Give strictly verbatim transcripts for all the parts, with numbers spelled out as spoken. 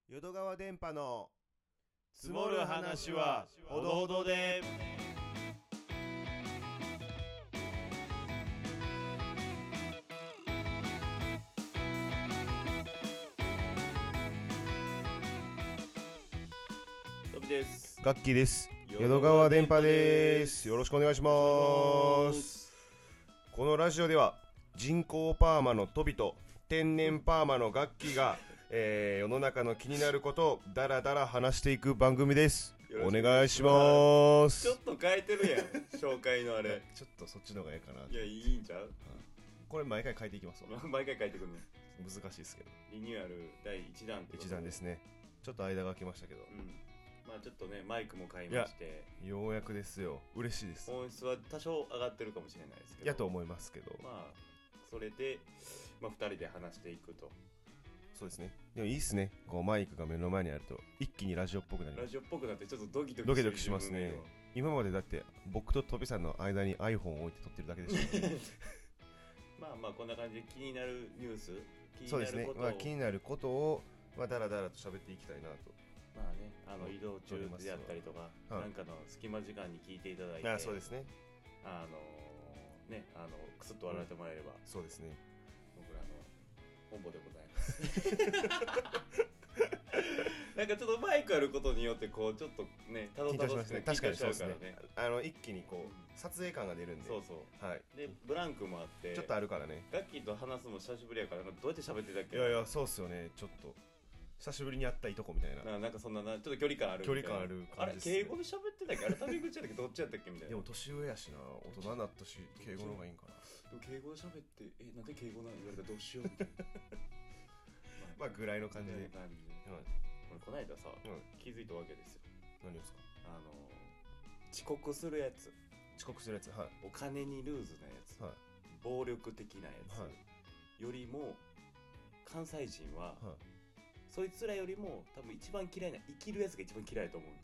淀川電波の積もる話はほどほどで。トビです。 ガッキーです。淀川電波です。よろしくお願いします。このラジオでは人工パーマのトビと天然パーマのガッキーが、えー、世の中の気になることをダラダラ話していく番組です。お願いします。 ちょっと変えてるやん紹介のあれちょっとそっちの方がいいかな。 いや、いいんちゃう。 これ毎回変えていきますわ。 毎回変えてくるの難しいですけど。 リニューアルだいいちだんって一段ですね。ちょっと間が空きましたけど、うん、 まあちょっとねマイクも買いまして、 ようやくですよ。嬉しいです。 音質は多少上がってるかもしれないですけど、 やと思いますけど、 まあそれで、まあ、ふたりで話していくと。 そうですね。でもいいっすね。こうマイクが目の前にあると一気にラジオっぽくなります。 ラジオっぽくなってちょっとドキドキドキドキしますね。今までだって僕とトビさんの間に iPhone を置いて撮ってるだけでした、ね、 まあまあこんな感じで気になるニュース、気になることを、 そうですね、まあ、気になることを、まあ、だらだらと喋っていきたいなと。 まあね、あの移動中であったりとか、はい、なんかの隙間時間に聞いていただいて、 あ、そうですね、 あのー、ね、あのクスッと笑ってもらえれば、 うん、そうですね、 僕らの本望でございますなんかちょっとマイクあることによってこうちょっとね、たどたどしくね、 確かにそうですね。あの一気にこう、うん、撮影感が出るんで、 そうそう、 はい、でブランクもあってちょっとあるからね。 ガッキーと話すの久しぶりやから、どうやって喋ってたっけ。 いやいや、そうっすよね。ちょっと久しぶりに会ったいとこみたいな、 な, なんかそんなな、ちょっと距離感あるみたいな、 距離感ある感じです、ね、 あれ敬語で喋ってたっけ、あれタメ口やったっけ、どっちやったっけみたいな。 でも年上やしな、大人になったし敬語の方がいいんかな。 でも敬語で喋って、え、なんで敬語なの言われたらどうしようみたいなまあぐらいの感じで、 感じで、うん、俺この間さ、うん、気づいたわけですよ。 何ですか。 あの遅刻するやつ、 遅刻するやつ、はい、 お金にルーズなやつ、はい、暴力的なやつ、はい、よりも関西人は、はい、そいつらよりも多分一番嫌いな、生きるやつが一番嫌いと思う。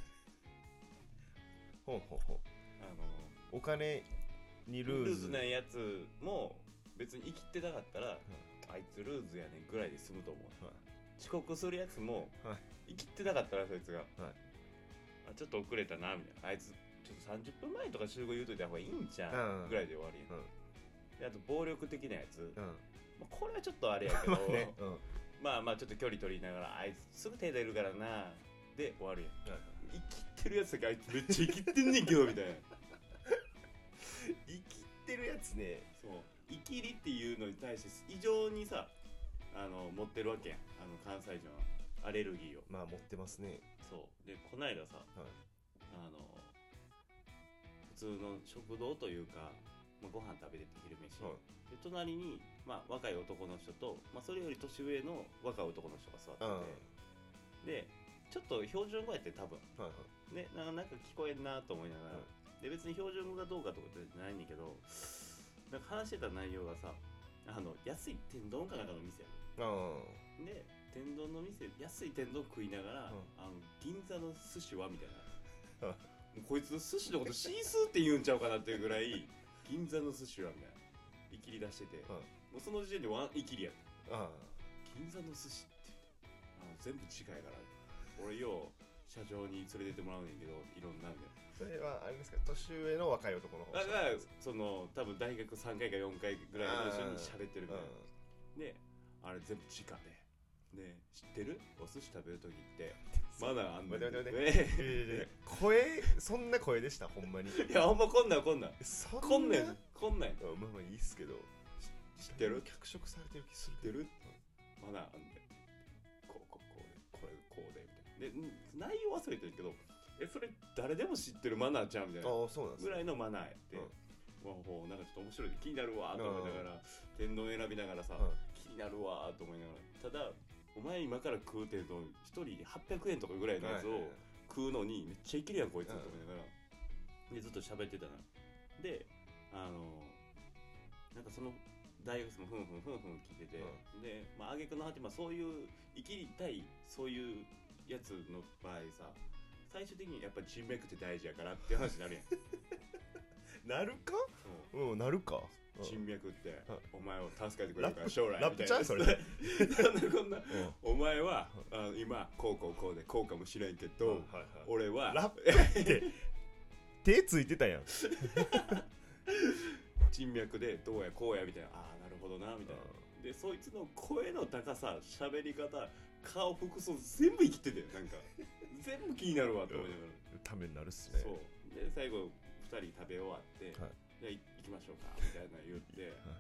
ほうほうほう。あのお金にルーズ、 ルーズなやつも別に生きてなかったら、はい、あいつルーズやねんぐらいで済むと思う、はい、遅刻するやつも、はい、生きてなかったらそいつが、はい、あちょっと遅れたなみたいな、あいつちょっとさんじゅっぷんまえとか集合言うといた方がいいんじゃん、うん、ぐらいで終わりやん、うん、であと暴力的なやつ、うん、まあ、これはちょっとあれやけど、まあね、うん、まあまあちょっと距離取りながら、あいつすぐ手出るからなで終わるやん、はい、生きてるやつだけあいつめっちゃ生きてんねんけどみたいな生きてるやつね。 そう、生きりっていうのに対して異常にさ、あの持ってるわけやん、あの関西人はアレルギーを。 まあ持ってますね。 そうで、こないださ、はい、あの普通の食堂というか、まあ、ご飯食べてて昼飯、はい、で隣に、まあ、若い男の人と、まあ、それより年上の若い男の人が座ってて、でちょっと標準語やって多分、はいはい、でな、なんか聞こえんなと思いながら、はい、で別に標準語がどうかとかじゃないんだけど、なんか話してた内容がさ、あの安い天丼かなんかの店やね、で天丼の店、安い天丼食いながら、うん、あの銀座の寿司はみたいなもうこいつ寿司のことシースーって言うんちゃうかなっていうぐらい銀座の寿司はみたいなイキり出してて、うん、もうその時点でワンイキりやった、うん、銀座の寿司ってあの全部違いから俺よう社長に連れてってもらうねんけど、いろんな。 それはあれですか、年上の若い男の方だからその多分大学さんかいかよんかいぐらいの人に喋ってるみたいな。で、あれ全部直で。で、知ってる？お寿司食べるときってまだあんの。待って待って待って。 声、そんな声でしたほんまに。 いやほんまこんなんこんなん。 そんなこんなんこんなん。 まあまあいいっすけど。 知ってる？ 脚色されてる気する。 知ってる？まだあんで。こうこうこうでこれこうでみたいな。で内容忘れてるけど、えそれ誰でも知ってるマナーちゃんみたいなぐらいのマナーやって、うん、もうなんかちょっと面白いで気になるわと思いながら、うん、天丼選びながらさ、うん、気になるわと思いながら、ただお前今から食う天丼ひとりはっぴゃくえんとかぐらいのやつを食うのにめっちゃいけるやんこいつと思いながら、でずっと喋ってたな。で、あのなんかその大学生もふんふんふんふん聞いてて、うん、で、まあ挙句の果て、まあそういう生きりたいそういうやつの場合さ、最終的にやっぱ人脈って大事やからっていう話になるやんなるか？うん、なるか。 人脈ってお前を助けてくれるから将来ラップちゃうそれなんでこんな、うん、お前はあの今こうこうこうでこうかもしれんけど、 はいはいはい、 俺はラップって手ついてたやん人脈でどうやこうやみたいな、ああなるほどなみたいな、でそいつの声の高さ、喋り方、顔、服装全部生きてて、なんか全部気になるわと思いながらためになるっすね。 そうで最後ふたり食べ終わって、はい、じゃあ行きましょうかみたいな言って、はい、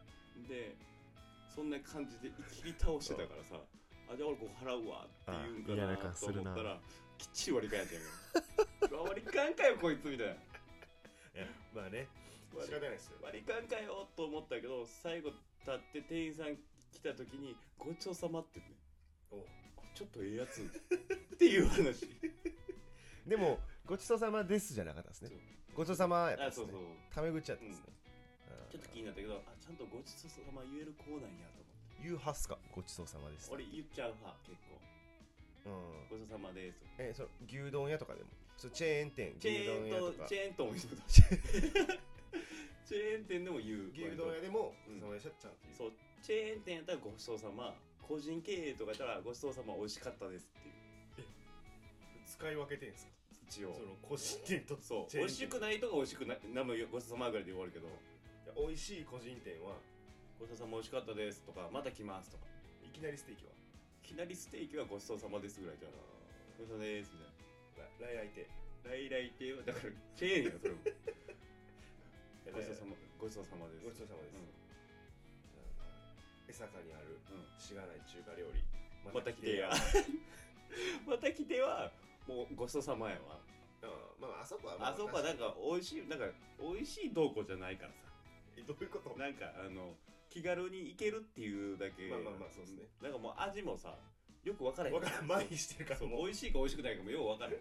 でそんな感じで切り倒してたからさあ、じゃあ俺ここ払うわって言うんかなと思ったらきっちり割り勘やったんや割り勘かよこいつみたいな。いやまあね仕方ないですよ。 割り勘かよと思ったけど、最後立って店員さん来た時にごちそうさまってね、おちょっとええやつっていう話でもごちそうさまですじゃなかったですね。ごちそうさまやったですね。 あ、そうそう、 タメ口やったですね、 うん、ちょっと気になったけど、あ、ちゃんとごちそうさま言える子なんやと思って。 言うはすか、ごちそうさまです。 俺言っちゃう派結構、うん、ごちそうさまです。 え、その牛丼屋とかでも、そチェーン店、 チェーンとチェーンとも言うことチェーン店でも言う。 牛丼屋でも、うん、そのちゃんと言う。 そう、チェーン店やったらごちそうさま、個人経営とかやったらごちそうさま美味しかったですっていう。え、 使い分けてんすか一応。 その個人店とそう美味しくないとか美味しくない何もごちそうさまぐらいで終わるけど、 美味しい個人店はごちそうさま美味しかったですとか、また来ますとか。 いきなりステーキは、 いきなりステーキはごちそうさまですぐらいじゃん。ごちそうさまですみたいな。 来来亭来来亭はだからチェーンやそれもごちそうさま、ごちそうさまです。 ごちそうさまです。うん、江坂にある、 うん、 しがない中華料理。 また来てや。また来てはもうごちそうさまやわ。 うん、まああそこは、 まあ、あそこはなんか美味しい、なんか美味しいどうこうじゃないからさ。 え、どういうこと？ なんかあの気軽に行けるっていうだけ。 まあまあまあそうですね。 なんかもう味もさ、よく分からへん。 分からん、麻痺してるから。 そう、美味しいか美味しくないかもよう分からへん。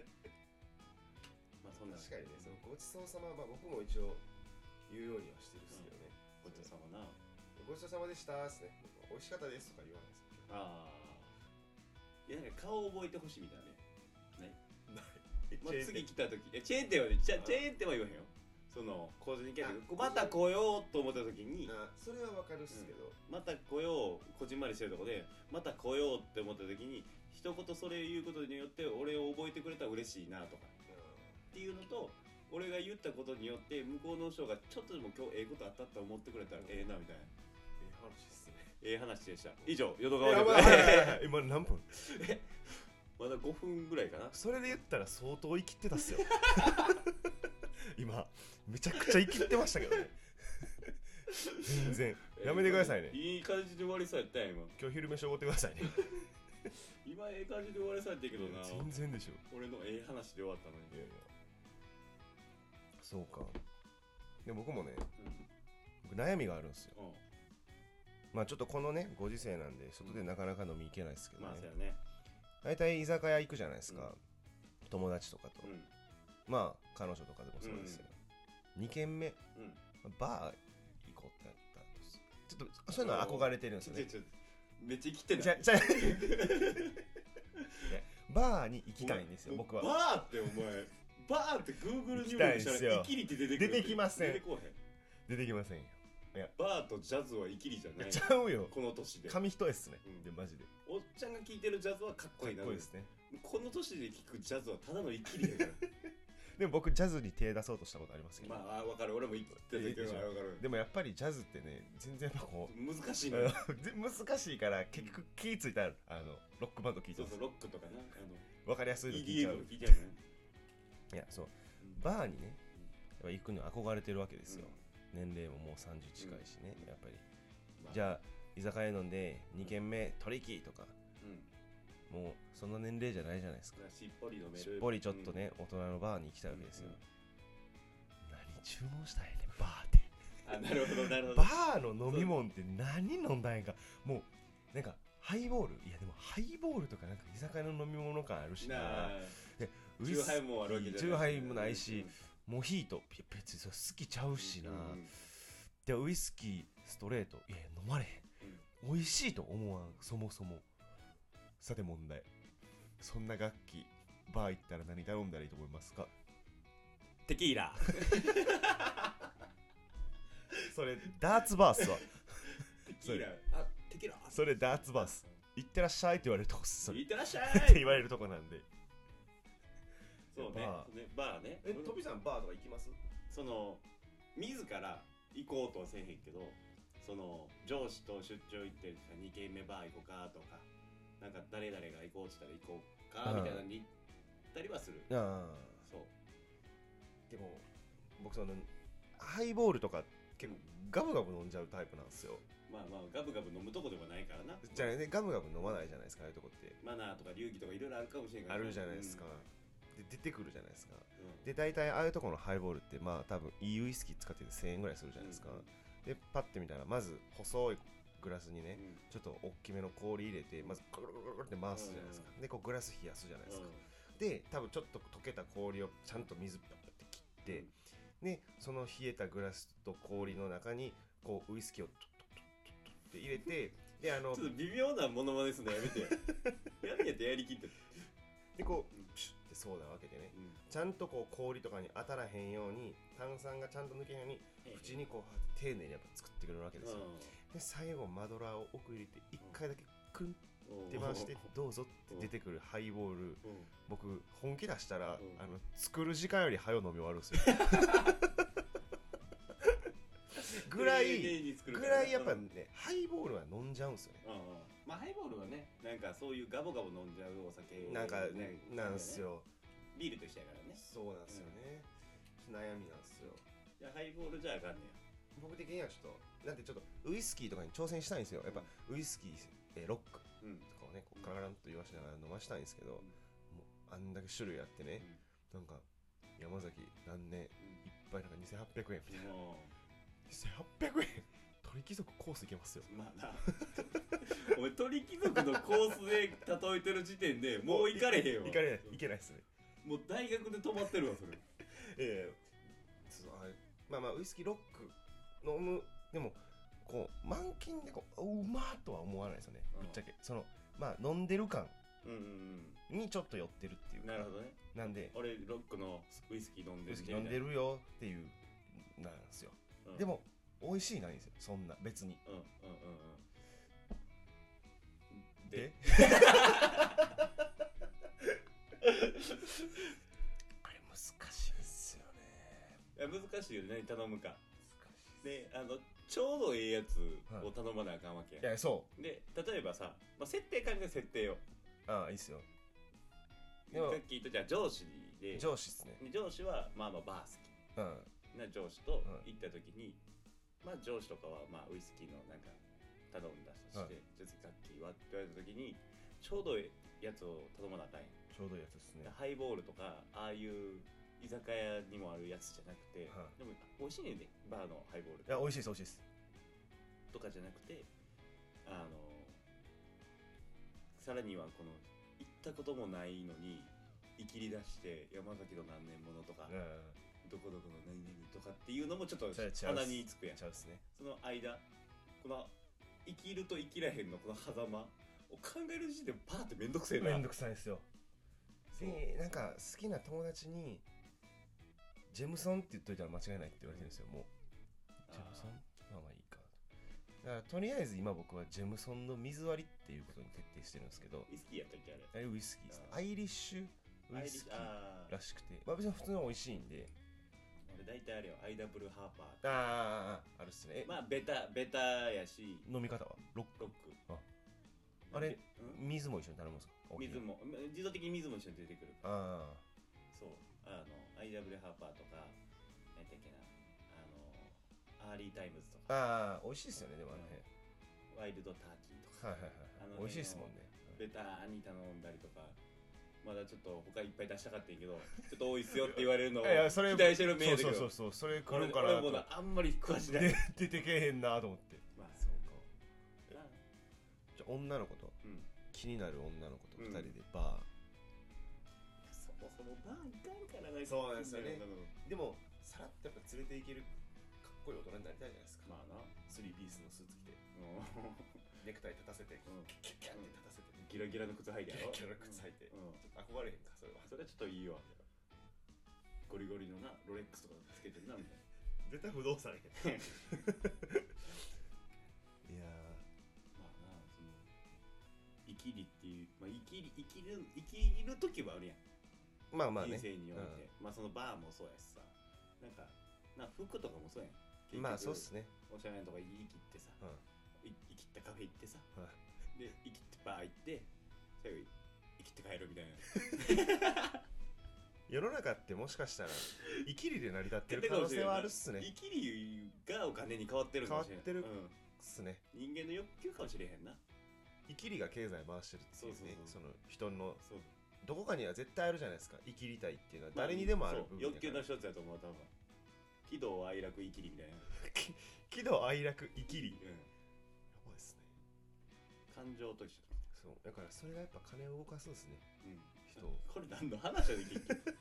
まあそんな。 確かにね、そのごちそうさまはまあ僕も一応言うようにはしてるっすけどね。 うん、ごちそうさまな。 ごちそうさまでしたーすね。美味しかったですとか言わないですよ。 ああ。いやなんか顔覚えてほしいみたいなね。ない。ない。まあ、次来た時、えチェーン店はね、チェーン店は言わへんよ。その個人経営でまた来ようと思った時に、 あ、それはわかるっすけど、 うん、また来よう、こじんまりしてるとこでまた来ようって思った時に一言それ言うことによって俺を覚えてくれたら嬉しいなとか、うん、っていうのと、俺が言ったことによって向こうの人がちょっとでも今日ええことあったって思ってくれたらええなみたいな。 ええ話っすね。 ええ話でした。以上、淀川でございます。今何分？ まだごふんぐらいかな。 それで言ったら相当生きてたっすよ。今めちゃくちゃ生きてましたけどね。全然やめてくださいね。 いい感じで終わりそうやったやん今。 今日昼飯おごってくださいね。 今ええ感じで終わりそうやったけどな。 全然でしょ。 俺のええ話で終わったのに。いやいや、 そうか。で僕もね、うん、僕悩みがあるんですよ。うん、まあちょっとこのねご時世なんで外でなかなか飲み行けないですけどね。まあそうやね。大体居酒屋行くじゃないですか、うん、友達とかと、うん、まあ彼女とかでもそうですよ、うん、に軒目、うん、バー行こうってなったらちょっとそういうのは憧れてるんですよね。 めっちゃ生きてる。 じゃじゃバーに行きたいんですよ僕は。 バーってお前バーって Google 入力したらイキリって出てくる。 出てきません。 出てこへん。 出てきませんよ。いやバーとジャズはイキリじゃない。 ちゃうよ。 この年で。 紙一重っすね、うん、でマジで。 おっちゃんが聴いてるジャズはかっこいいな。 かっこいいですね。 この年で聴くジャズはただのイキリやから。 でも僕ジャズに手出そうとしたことありますけど。 まあ分かる、俺も言ってるけど分かる。 でもやっぱりジャズってね全然こう難しいね。 難しいから結局気付いたらあのロックバンド聴いてます。 そうそう、ロックとかな、あの分かりやすいの聴いちゃう。 イーディーエム 聴いちゃうね。 いやそう、バーにねやっぱ行くの憧れてるわけですよ、うん、年齢ももうさんじゅう近いしね、うん、やっぱり、まあ、じゃあ居酒屋飲んでに軒目取り木とか、うん、もうそんな年齢じゃないじゃないですか。 しっぽり飲める、 しっぽりちょっとね、うん、大人のバーに行きたいわけですよ、うんうん、何注文したんやねんバーって。 あ、なるほどなるほど。 バーの飲み物って何飲んだんやんか。もうなんかハイボール、いやでもハイボールとかなんか居酒屋の飲み物感あるしな。 でチューハイもあるわけじゃない。 チューハイもないし、うん、モヒート別にそれ好きちゃうしな、うん、でウイスキーストレート、いや飲まれへん、うん、美味しいと思わんそもそも。さて問題、そんな楽器バー行ったら何頼んだらいいと思いますか？ テキーラ。 それダーツバースは。 テキーラ、あ、テキーラ。 それダーツバース。 行ってらっしゃいって言われるとこっす。 いってらっしゃいって言われるとこなんで。 そうねバーねバーね。 え、トビさんバーとか行きます？ その自ら行こうとはせえへんけど、その上司と出張行ってにけんめバー行こうかとか、なんか誰々が行こうって言ったら行こうかみたいなのに行ったりはする。 ああ。 そうでも僕そのハイボールとか結構ガブガブ飲んじゃうタイプなんですよ。 まあまあガブガブ飲むとこでもないからな。 じゃあね、ガブガブ飲まないじゃないですか、ああいうとこって。 マナーとか流儀とかいろいろあるかもしれんから、 あるじゃないですか、うん、で出てくるじゃないですか、 うん、 で大体ああいうところのハイボールってまあ多分いいウイスキー使っててせんえんぐらいするじゃないですか、うん、でパッて見たらまず細いグラスにね、うん、ちょっと大きめの氷入れてまずグルグルグルって回すじゃないですか、うん、でこうグラス冷やすじゃないですか、うん、で多分ちょっと溶けた氷をちゃんと水パッて切って、うん、でその冷えたグラスと氷の中にこうウイスキーをトットットットッって入れて、であのちょっと微妙なものまねすんのやめてやめてやりきってでこうプシュってソーダを開けてね、うん、ちゃんとこう氷とかに当たらへんように炭酸がちゃんと抜けへんように口にこう丁寧にやっぱ作ってくれるわけですよ、うん、で最後マドラーを奥入れていっかいだけクンって回してどうぞって出てくるハイボール、うん、僕本気出したら、うん、あの作る時間より早飲み終わるんですよぐらいぐらいやっぱね、ハイボールは飲んじゃうんですよね、 うんうん、まあハイボールはね、なんかそういうガボガボ飲んじゃうお酒、ね、 なんかね、なんすよ、 ビールと一緒やからね。 そうなんですよね、うん、悩みなんですよ。 いやハイボールじゃあかんねや。 僕的にはちょっとなんてちょっとウイスキーとかに挑戦したいんですよ。やっぱウイスキー、えー、ロックとかをね、こうカラカランと言わしながら飲ましたいんですけど、うん、もうあんだけ種類あってね、うん、なんか山崎何年、うん、いっぱいなんかにせんはっぴゃくえんみたいな、にせんはっぴゃくえん鳥貴族コースいけますよ。まあなお前鳥貴族のコースで例えてる時点でもう行かれへんわ。 行かれない、行けないっすね。 もう大学で止まってるわそれええー、まあまあウイスキーロック飲むでもこう満金でこううまーとは思わないですよね、ぶっちゃけ。そのまあ飲んでる感にちょっと寄ってるっていうか、 なるほどね。 なんで俺ロックのウイスキー飲んでるウイスキー飲んでるよっていうなんですよ、うん、でも美味しいないんですよ、そんな別に。うんうんうんうん。でこれ難しいんですよね。 いや難しいよね、何頼むか。で、あのちょうどええやつを頼まなあかんわけや。 いや、そうで、例えばさ、まあ、設定考え設定よ。 ああ、いいっすよ。 さっき言ったじゃあ上司で、 上司っすね。 上司はまあまあバー好き、うん、な上司と行った時に、うん、まあ上司とかはまあウイスキーのなんか頼んだとして、じゃあガッキーはって言われた時にちょうどええやつを頼まなあかんやん。 ちょうどいいやつですね。 ハイボールとかああいう居酒屋にもあるやつじゃなくて、はい、でも美味しいねんで、バーのハイボール。 いや美味しいです美味しいですとかじゃなくて、あのさらにはこの行ったこともないのにいきり出して山崎の何年ものとか、うん、どこどこの何々とかっていうのもちょっと鼻につくやん。 ちゃうっすね。 その間この生きると生きらへんのこの狭間を考える時点でパーってめんどくせえな。 めんどくさいですよ。でなんか好きな友達にジェムソンって言っといたら間違いないって言われてるんですよ。もうジェムソンまあまあいいかと。だからとりあえず今僕はジェムソンの水割りっていうことに徹底してるんですけど。 ウイスキーやったっけあれ。 あれウイスキーですね。アイリッシュウイスキーらしくて、まあ別に普通に美味しいんで。 俺大体あれよ、アイダブルハーパー。 あああるっすね。 まあベタベタやし。 飲み方はロック。 ロック。あ, あれ水も一緒に頼むんですか。 水も自動的に水も一緒に出てくる。 ああ。 そうあの アイダブリュー ハーパーとか何だっけな、あのアーリータイムズとか。 ああ美味しいですよね。でもね、 ワイルドターキーとか、 はいはいはい、美味しいですもんね。 ベタに頼んだりとか、まだちょっと他いっぱい出したかったんやけどちょっと多いっすよって言われるのを期待してるメールだけど、 そうそうそうそれ来るから俺もあんまり詳しない出てけへんなと思って。まあそうか。じゃあ女の子と、うん、気になる女の子とふたりでバー、うん、 そもそもバー行かんからない。 そうなんですよね。でもさらっとやっぱ連れて行けるかっこいい大人になりたいじゃないですか。まあな、スリーピースのスーツ着てネクタイ立たせて、うん、キャッキャッって立たせて、 ギラギラの靴履いてやろ。 ギラギラの靴履いて、うん、ちょっと憧れへんかそれは。 それはちょっといいわ。ゴリゴリのなロレックスとかつけてるなみたいな。 絶対不動産やけどいやまあな、そのきりっていう、まあ、生きり生きる生きる時はあるやん、 まあまあね、 人生において、うん、まあそのバーもそうやしさ、なんかな服とかもそうやん、 まあそうっすね、 おしゃれなとこ生きってさ、うん、生きったカフェ行ってさ、うん、で生きってバー行って最後生きって帰るみたいな世の中ってもしかしたら生きりで成り立ってる可能性はあるっすね。 生きりがお金に変わってるかもしれない。 変わってるっすね、 うん、人間の欲求かもしれへんな。 生きりが経済回してるっていうね、その人のそうどこかには絶対あるじゃないですか、生きりたいっていうのは誰にでもある部分、 まあ、欲求の一つやと思う。多分喜怒哀楽生きりみたいな喜怒哀楽生きり、うん、やばいっすね、 感情と一緒。 そうだからそれがやっぱ金を動かすんですね、うん、人これ何の話だね結局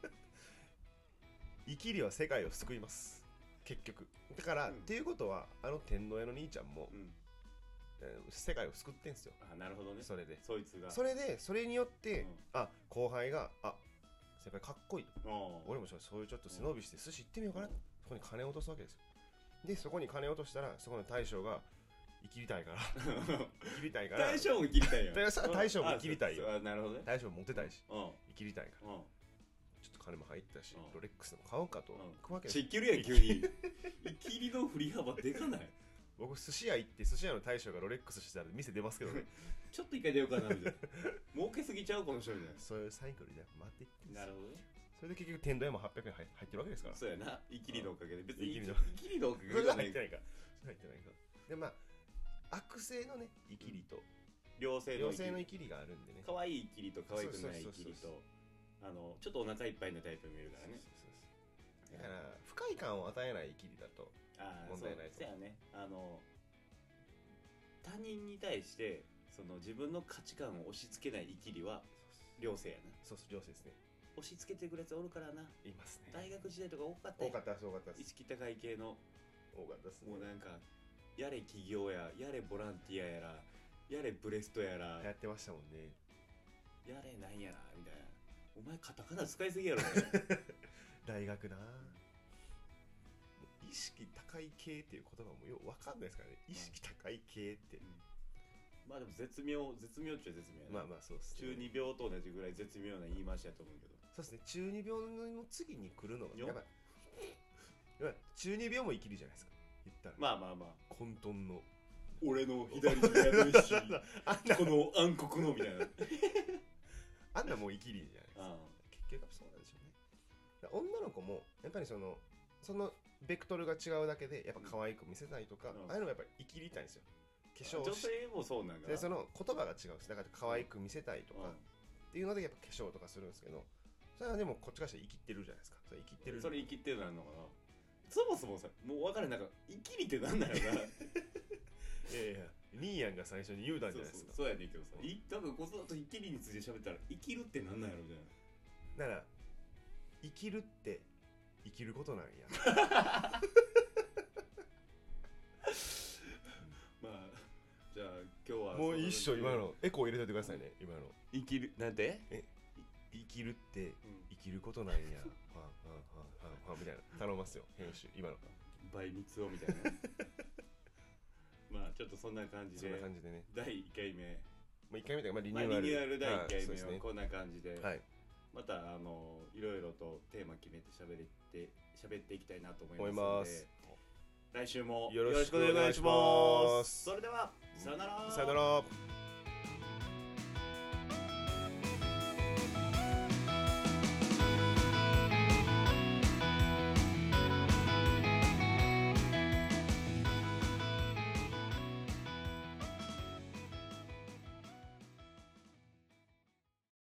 生きりは世界を救います結局だから、うん、っていうことはあの天皇屋の兄ちゃんも、うん、えー、世界を救ってんすよ。 あ、なるほどね。 それでそいつがそれでそれによって、うん、あ後輩があ先輩かっこいいと、俺もそういうちょっと背伸びして寿司行ってみようかな、そこに金を落とすわけですよ。でそこに金を落としたらそこの大将が生きりたいから生きりたいから大将も生きりたいよ大将も生きりたいよ。 なるほどね。 大将もモテたいし生きりたいからちょっと金も入ったしロレックスでも買おうかと行くわけです。生きるやん急に生きりの振り幅でかない。 僕寿司屋行って寿司屋の大将がロレックスしてたら店出ますけどねちょっと一回出ようかなみたいな儲けすぎちゃうこの人みたいな、 そういうサイクルで待っていってんですよ。 なるほどね。 それで結局天童屋もはっぴゃくえん入ってるわけですから。 そうやな、生きりのおかげで。別に生きりの生きりのおかげじゃない。 入ってないか入ってないかで、まあ悪性のね生きりと良性の生きりがあるんでね、 可愛い生きりと可愛くない生きりと、あのちょっとお腹いっぱいのタイプ見えるからね。 だから不快感を与えない生きりだと問題ないと。 そうやね。あの他人に対してその自分の価値観を押し付けない生きりは良性やな。 そうそう、良性ですね。 押し付けてくるやつおるからな。 いますね。 大学時代とか多かった多かった多かった意識高い系の多かったですね。 もうなんかやれ企業ややれボランティアやらやれブレストやらやってましたもんね。 やれなんやらみたいな。お前カタカナ使いすぎやろ大学な。意識高い系っていう言葉もよくわかんないですからね。意識高い系って、うん、 まあでも絶妙絶妙っちゃ絶妙やな。 まあまあそうですね。 中二病と同じぐらい絶妙な言い回しやと思うけど。 そうですね。中二病の次に来るのがやっぱ中二病も生きるじゃないですか。言ったらまあまあまあ混沌の俺の左の矢の石この暗黒のみたいなあんなもう生きりじゃないですか。結局そうなんでしょうね。女の子もやっぱりそのそのベクトルが違うだけでやっぱ可愛く見せたいとか、うん、ああいうのもやっぱり生きりたいんですよ。化粧女性もそうなんだ。 でその言葉が違うんです。だから可愛く見せたいとか、うん、っていうのでやっぱ化粧とかするんですけど、それはでもこっちからしたら生きってるじゃないですか。それ生きってる。 それ生きってるなんのかな。そもそもさ、もう分からん、なんか生きりってなんだよな。いやいや、ニーヤンが最初に言うたんじゃないですか。 そうそうそうやねんけどさ、い多分こそだと生きりについて喋ったら生きるってなんなんやろみたいな。だから生きるって生きることなんや。 まあじゃあ今日はもう一緒今のエコー入れといてくださいね。今の生きるなんてえ生きるって生きることなんや。はんはんはんはんみたいな頼ますよ編集今の倍蜜をみたいな。まあちょっとそんな感じで、 そんな感じでね。 だいいっかいめ、 まあいっかいめというか、まあ、リニューアル、 まあ、リニューアルだいいっかいめはこんな感じで、 はい、 またあのいろいろとテーマ決めて喋って喋っていきたいなと思いますので、来週もよろしくお願いします。それではさよなら。 さよなら。